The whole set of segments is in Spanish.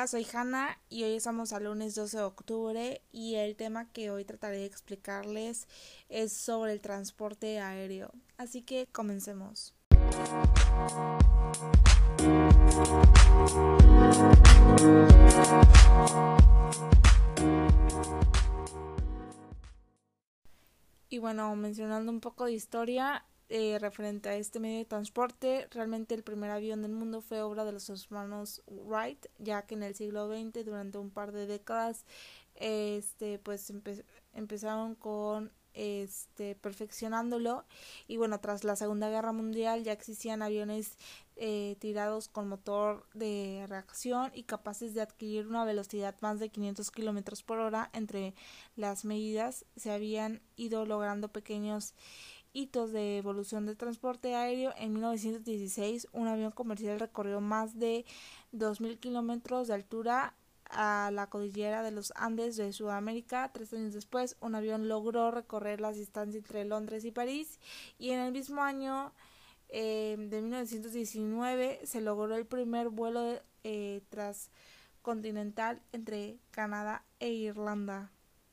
Hola, soy Hanna y hoy estamos al lunes 12 de octubre y el tema que hoy trataré de explicarles es sobre el transporte aéreo. Así que comencemos. Y bueno, mencionando un poco de historia referente a este medio de transporte, realmente el primer avión del mundo fue obra de los hermanos Wright, ya que en el siglo XX, durante un par de décadas, empezaron con perfeccionándolo. Y bueno, tras la Segunda Guerra Mundial ya existían aviones tirados con motor de reacción y capaces de adquirir una velocidad más de 500 kilómetros por hora. Entre las medidas se habían ido logrando pequeños hitos de evolución del transporte aéreo. En 1916 un avión comercial recorrió más de 2.000 kilómetros de altura a la cordillera de los Andes de Sudamérica. 3 años después, un avión logró recorrer las distancias entre Londres y París, y en el mismo año de 1919 se logró el primer vuelo transcontinental entre Canadá e Irlanda.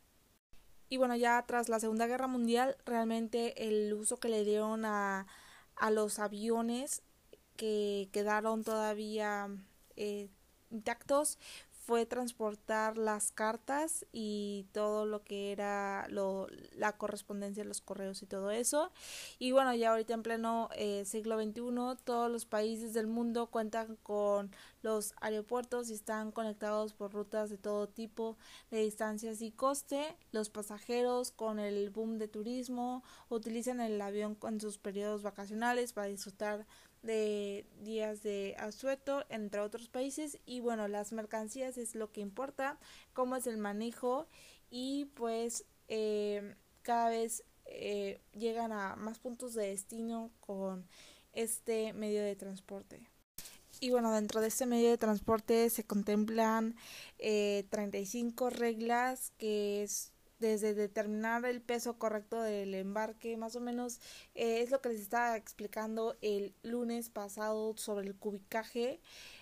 Y bueno, ya tras la Segunda Guerra Mundial, realmente el uso que le dieron a los aviones que quedaron todavía eh, intactos fue transportar las cartas y todo lo que era la correspondencia, los correos y todo eso. Y bueno, ya ahorita en pleno siglo XXI, todos los países del mundo cuentan con los aeropuertos y están conectados por rutas de todo tipo, de distancias y coste. Los pasajeros, con el boom de turismo, utilizan el avión en sus periodos vacacionales para disfrutar de días de asueto entre otros países. Y bueno, las mercancías es lo que importa, cómo es el manejo, y pues cada vez llegan a más puntos de destino con este medio de transporte. Y bueno, dentro de este medio de transporte se contemplan 35 reglas, que es desde determinar el peso correcto del embarque. Más o menos es lo que les estaba explicando el lunes pasado sobre el cubicaje,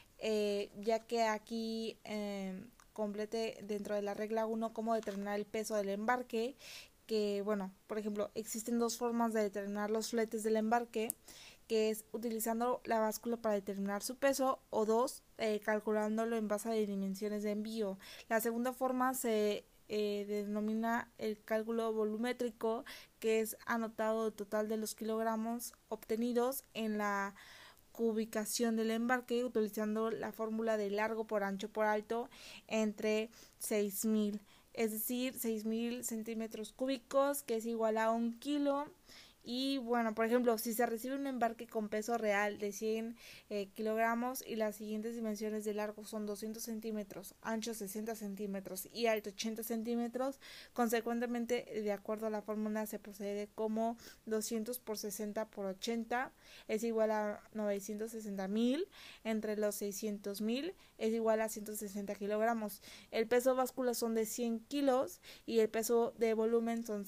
ya que aquí complete dentro de la regla 1 cómo determinar el peso del embarque. Que bueno, por ejemplo, existen dos formas de determinar los fletes del embarque, que es utilizando la báscula para determinar su peso, o dos, calculándolo en base a dimensiones de envío. La segunda forma se denomina el cálculo volumétrico, que es anotado el total de los kilogramos obtenidos en la ubicación del embarque, utilizando la fórmula de largo por ancho por alto entre 6.000, es decir, 6.000 centímetros cúbicos, que es igual a 1 kilo. Y bueno, por ejemplo, si se recibe un embarque con peso real de 100 kilogramos y las siguientes dimensiones de largo son 200 centímetros, ancho 60 centímetros y alto 80 centímetros, consecuentemente, de acuerdo a la fórmula, se procede como 200 por 60 por 80 es igual a 960.000, entre los 600.000 es igual a 160 kilogramos. El peso báscula son de 100 kilos y el peso de volumen son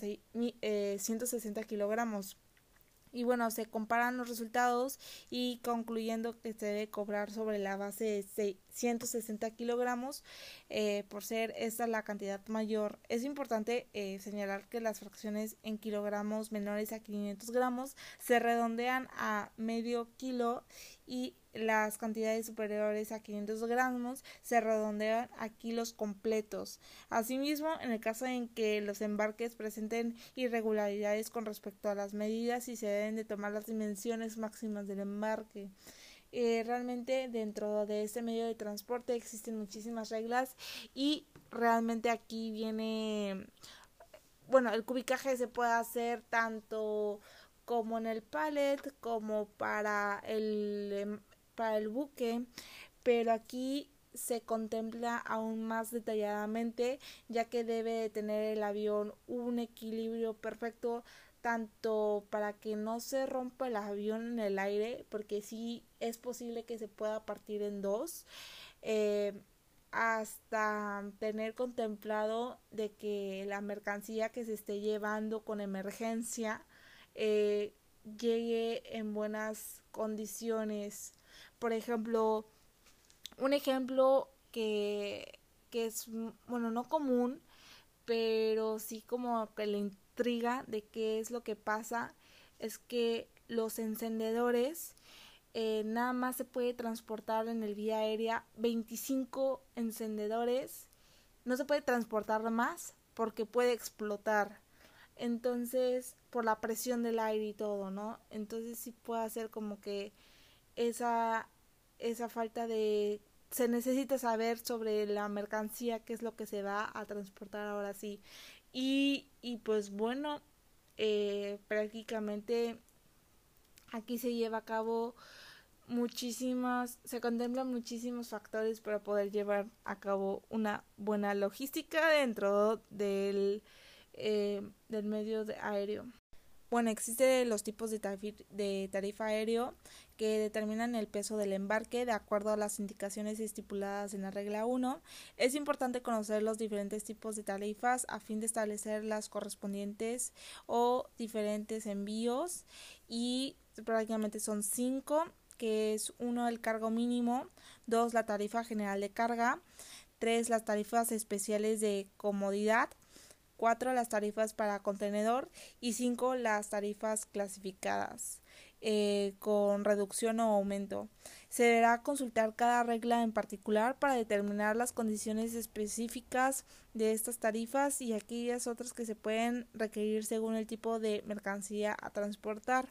160 kilogramos. Y bueno, se comparan los resultados y concluyendo que se debe cobrar sobre la base de 160 kilogramos, por ser esta la cantidad mayor. Es importante señalar que las fracciones en kilogramos menores a 500 gramos se redondean a medio kilo, y las cantidades superiores a 500 gramos se redondean a kilos completos. Asimismo, en el caso en que los embarques presenten irregularidades con respecto a las medidas, y se deben de tomar las dimensiones máximas del embarque. Realmente dentro de este medio de transporte existen muchísimas reglas, y realmente aquí viene, bueno, el cubicaje se puede hacer tanto como en el pallet como para el buque, pero aquí se contempla aún más detalladamente, ya que debe de tener el avión un equilibrio perfecto, tanto para que no se rompa el avión en el aire, porque sí es posible que se pueda partir en dos, eh, hasta tener contemplado de que la mercancía que se esté llevando con emergencia eh, llegue en buenas condiciones. Por ejemplo, un ejemplo que, que es, bueno, no común, pero sí como que la intriga de qué es lo que pasa es que los encendedores nada más se puede transportar en el vía aérea 25 encendedores, no se puede transportar más porque puede explotar. Entonces, por la presión del aire y todo, ¿no? Entonces sí puede hacer como que esa, esa falta de... Se necesita saber sobre la mercancía, qué es lo que se va a transportar ahora sí. Y pues bueno, prácticamente aquí se lleva a cabo se contemplan muchísimos factores para poder llevar a cabo una buena logística dentro del medio aéreo. Bueno, existen los tipos de tarifa aéreo que determinan el peso del embarque de acuerdo a las indicaciones estipuladas en la regla 1. Es importante conocer los diferentes tipos de tarifas a fin de establecer las correspondientes o diferentes envíos y prácticamente son 5, que es 1 el cargo mínimo, 2 la tarifa general de carga, 3 las tarifas especiales de comodidad, 4 las tarifas para contenedor y 5 las tarifas clasificadas con reducción o aumento. Se deberá consultar cada regla en particular para determinar las condiciones específicas de estas tarifas y aquellas otras que se pueden requerir según el tipo de mercancía a transportar.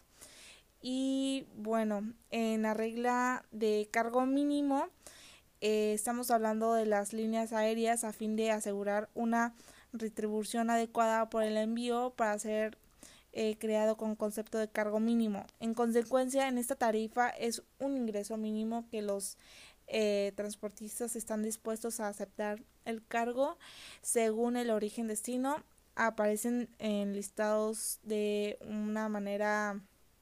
Y bueno, en la regla de cargo mínimo estamos hablando de las líneas aéreas a fin de asegurar una retribución adecuada por el envío para ser creado con concepto de cargo mínimo. En consecuencia, en esta tarifa es un ingreso mínimo que los transportistas están dispuestos a aceptar el cargo según el origen destino. Aparecen listados de una manera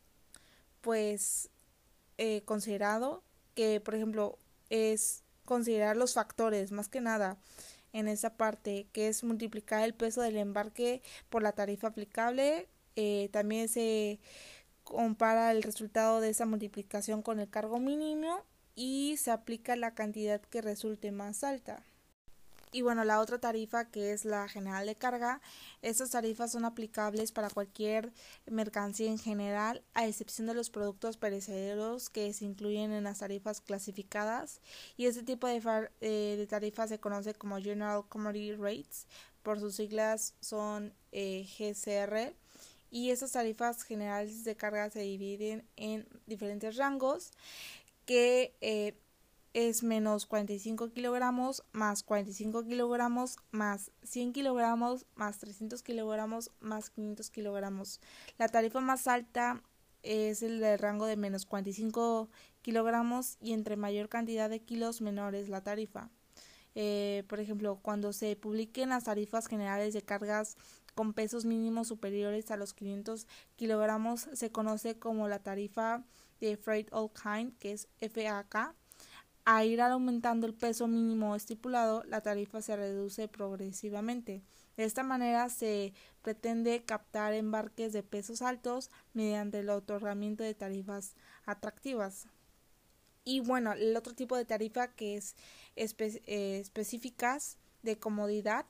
pues considerado que por ejemplo es considerar los factores más que nada en esa parte que es multiplicar el peso del embarque por la tarifa aplicable. También se compara el resultado de esa multiplicación con el cargo mínimo y se aplica la cantidad que resulte más alta. Y bueno, la otra tarifa que es la general de carga, estas tarifas son aplicables para cualquier mercancía en general, a excepción de los productos perecederos que se incluyen en las tarifas clasificadas. Y este tipo de tarifas se conoce como General Commodity Rates, por sus siglas son GCR. Y estas tarifas generales de carga se dividen en diferentes rangos que es menos 45 kilogramos, más 45 kilogramos, más 100 kilogramos, más 300 kilogramos, más 500 kilogramos. La tarifa más alta es el del rango de menos 45 kilogramos y entre mayor cantidad de kilos menor es la tarifa. Por ejemplo, cuando se publiquen las tarifas generales de cargas con pesos mínimos superiores a los 500 kilogramos, se conoce como la tarifa de Freight All Kind, que es FAK. A ir aumentando el peso mínimo estipulado, la tarifa se reduce progresivamente. De esta manera se pretende captar embarques de pesos altos mediante el otorgamiento de tarifas atractivas. Y bueno, el otro tipo de tarifa que es específicas de comodidad,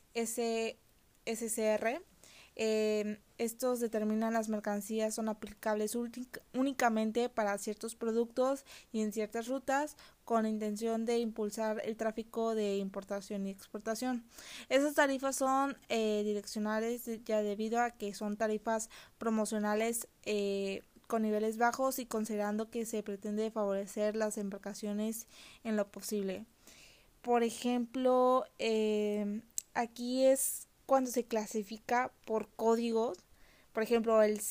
SCR. Estos determinan las mercancías son aplicables únicamente para ciertos productos y en ciertas rutas con la intención de impulsar el tráfico de importación y exportación. Esas tarifas son direccionales ya debido a que son tarifas promocionales con niveles bajos y considerando que se pretende favorecer las embarcaciones en lo posible. Por ejemplo, aquí es cuando se clasifica por códigos, por ejemplo el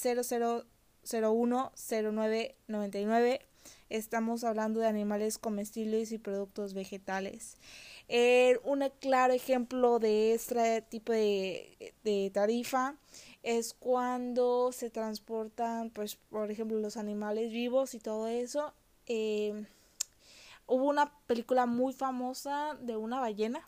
00010999, estamos hablando de animales comestibles y productos vegetales. Un claro ejemplo de este tipo de tarifa es cuando se transportan, pues, por ejemplo, los animales vivos y todo eso. Hubo una película muy famosa de una ballena.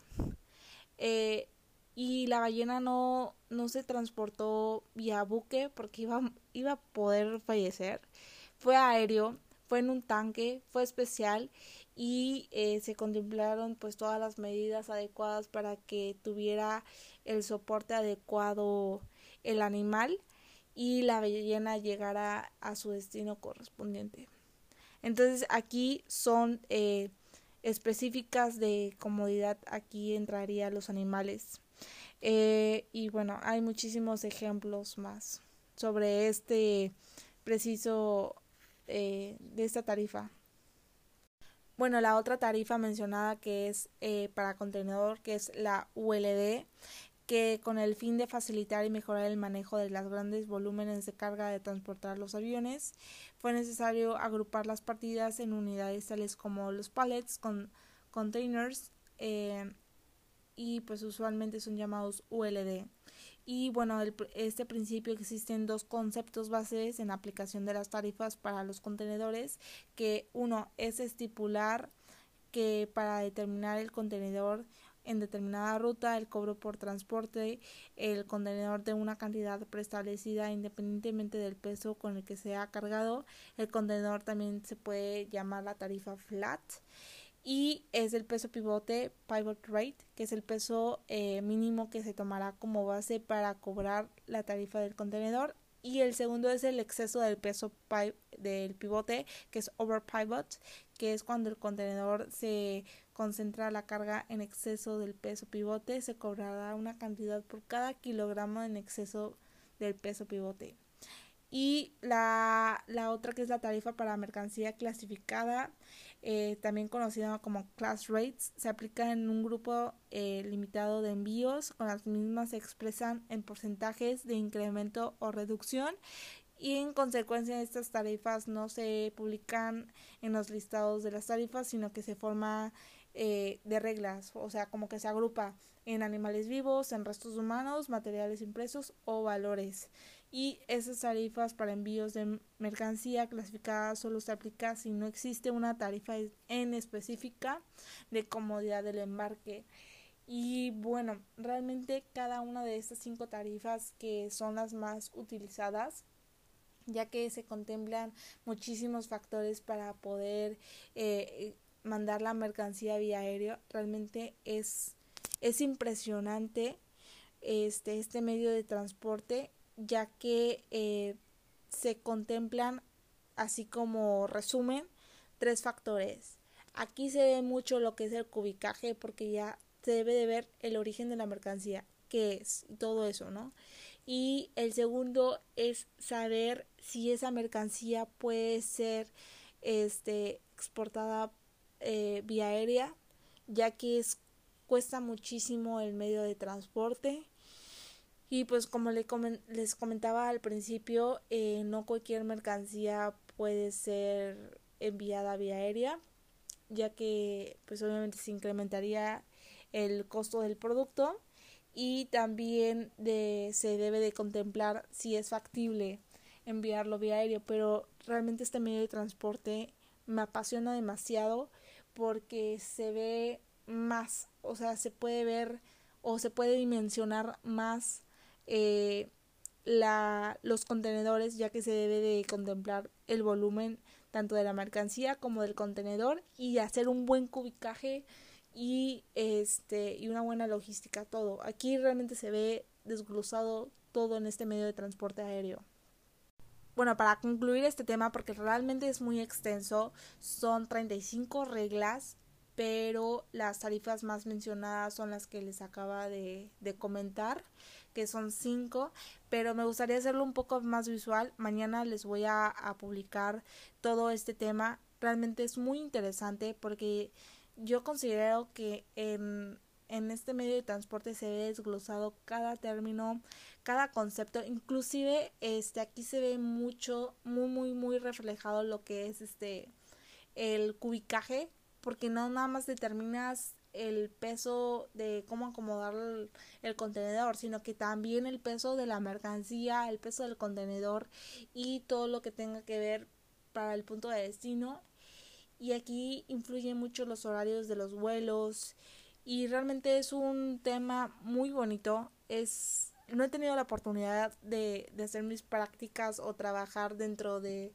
Y la ballena no se transportó vía buque porque iba a poder fallecer. Fue aéreo, fue en un tanque, fue especial y se contemplaron pues todas las medidas adecuadas para que tuviera el soporte adecuado el animal y la ballena llegara a su destino correspondiente. Entonces aquí son específicas de comodidad, aquí entraría los animales. Y bueno, hay muchísimos ejemplos más sobre este preciso de esta tarifa. Bueno, la otra tarifa mencionada que es para contenedor, que es la ULD, que con el fin de facilitar y mejorar el manejo de los grandes volúmenes de carga de transportar los aviones, fue necesario agrupar las partidas en unidades tales como los pallets, containers, y pues usualmente son llamados ULD. Y bueno, este principio existen dos conceptos bases en aplicación de las tarifas para los contenedores, que uno es estipular que para determinar el contenedor en determinada ruta, el cobro por transporte, el contenedor de una cantidad preestablecida independientemente del peso con el que sea cargado. El contenedor también se puede llamar la tarifa flat y es el peso pivote, pivot rate, que es el peso mínimo que se tomará como base para cobrar la tarifa del contenedor. Y el segundo es el exceso del peso del pivote, que es over pivot, que es cuando el contenedor se concentra la carga en exceso del peso pivote, se cobrará una cantidad por cada kilogramo en exceso del peso pivote. Y la otra, que es la tarifa para mercancía clasificada, también conocida como class rates, se aplica en un grupo limitado de envíos. Con las mismas se expresan en porcentajes de incremento o reducción, y en consecuencia estas tarifas no se publican en los listados de las tarifas, sino que se forma de reglas, o sea, como que se agrupa en animales vivos, en restos humanos, materiales impresos o valores. Y esas tarifas para envíos de mercancía clasificada solo se aplica si no existe una tarifa en específica de comodidad del embarque. Y bueno, realmente cada una de estas 5 tarifas, que son las más utilizadas, ya que se contemplan muchísimos factores para poder mandar la mercancía vía aéreo, realmente es impresionante este medio de transporte, ya que se contemplan, así como resumen, 3 factores. Aquí se ve mucho lo que es el cubicaje, porque ya se debe de ver el origen de la mercancía, qué es, y todo eso, ¿no? Y el segundo es saber si esa mercancía puede ser exportada vía aérea, ya que cuesta muchísimo el medio de transporte. Y pues como les comentaba al principio, no cualquier mercancía puede ser enviada vía aérea, ya que pues obviamente se incrementaría el costo del producto, y también se debe de contemplar si es factible enviarlo vía aéreo. Pero realmente este medio de transporte me apasiona demasiado porque se ve más, o sea, se puede ver o se puede dimensionar más eh, los contenedores, ya que se debe de contemplar el volumen tanto de la mercancía como del contenedor, y hacer un buen cubicaje y una buena logística, todo. Aquí realmente se ve desglosado todo en este medio de transporte aéreo. Bueno, para concluir este tema, porque realmente es muy extenso, son 35 reglas, pero las tarifas más mencionadas son las que les acaba de comentar, que son 5, pero me gustaría hacerlo un poco más visual. Mañana les voy a publicar todo este tema. Realmente es muy interesante porque yo considero que en este medio de transporte se ve desglosado cada término, cada concepto. Inclusive aquí se ve mucho, muy reflejado lo que es el cubicaje, porque no nada más determinas el peso de cómo acomodar el contenedor, sino que también el peso de la mercancía, el peso del contenedor y todo lo que tenga que ver para el punto de destino. Y aquí influyen mucho los horarios de los vuelos, y realmente es un tema muy bonito. No he tenido la oportunidad de hacer mis prácticas o trabajar dentro de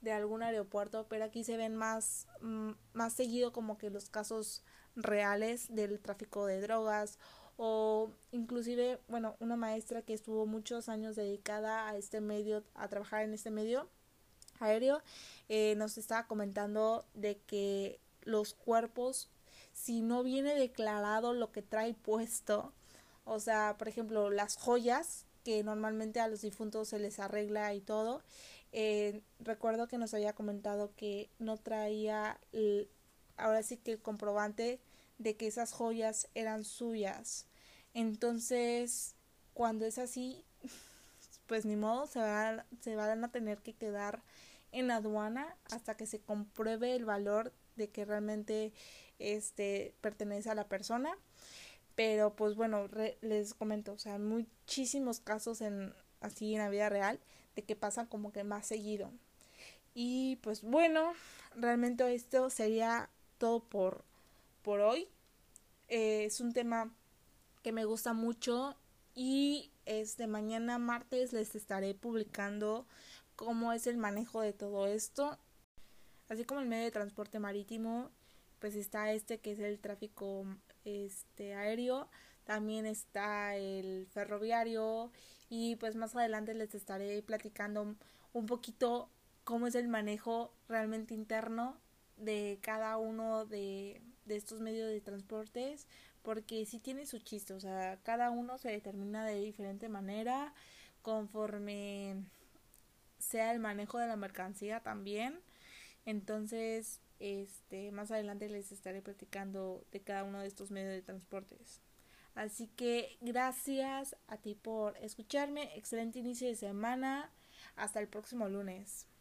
de algún aeropuerto, pero aquí se ven más seguido como que los casos reales del tráfico de drogas o inclusive, bueno, una maestra que estuvo muchos años dedicada a este medio, a trabajar en este medio aéreo, nos estaba comentando de que los cuerpos, si no viene declarado lo que trae puesto, o sea, por ejemplo, las joyas que normalmente a los difuntos se les arregla y todo, recuerdo que nos había comentado que no traía ahora sí que el comprobante de que esas joyas eran suyas. Entonces, cuando es así, pues ni modo, se van a tener que quedar en aduana hasta que se compruebe el valor de que realmente pertenece a la persona. Pero pues bueno, les comento, o sea, muchísimos casos así en la vida real de que pasan como que más seguido. Y pues bueno, realmente esto sería todo por hoy. Es un tema que me gusta mucho y mañana martes les estaré publicando cómo es el manejo de todo esto, así como el medio de transporte marítimo, pues está que es el tráfico aéreo, también está el ferroviario y pues más adelante les estaré platicando un poquito cómo es el manejo realmente interno de cada uno de estos medios de transportes, porque sí tiene su chiste, o sea, cada uno se determina de diferente manera conforme sea el manejo de la mercancía también. Entonces, más adelante les estaré platicando de cada uno de estos medios de transportes. Así que gracias a ti por escucharme. Excelente inicio de semana. Hasta el próximo lunes.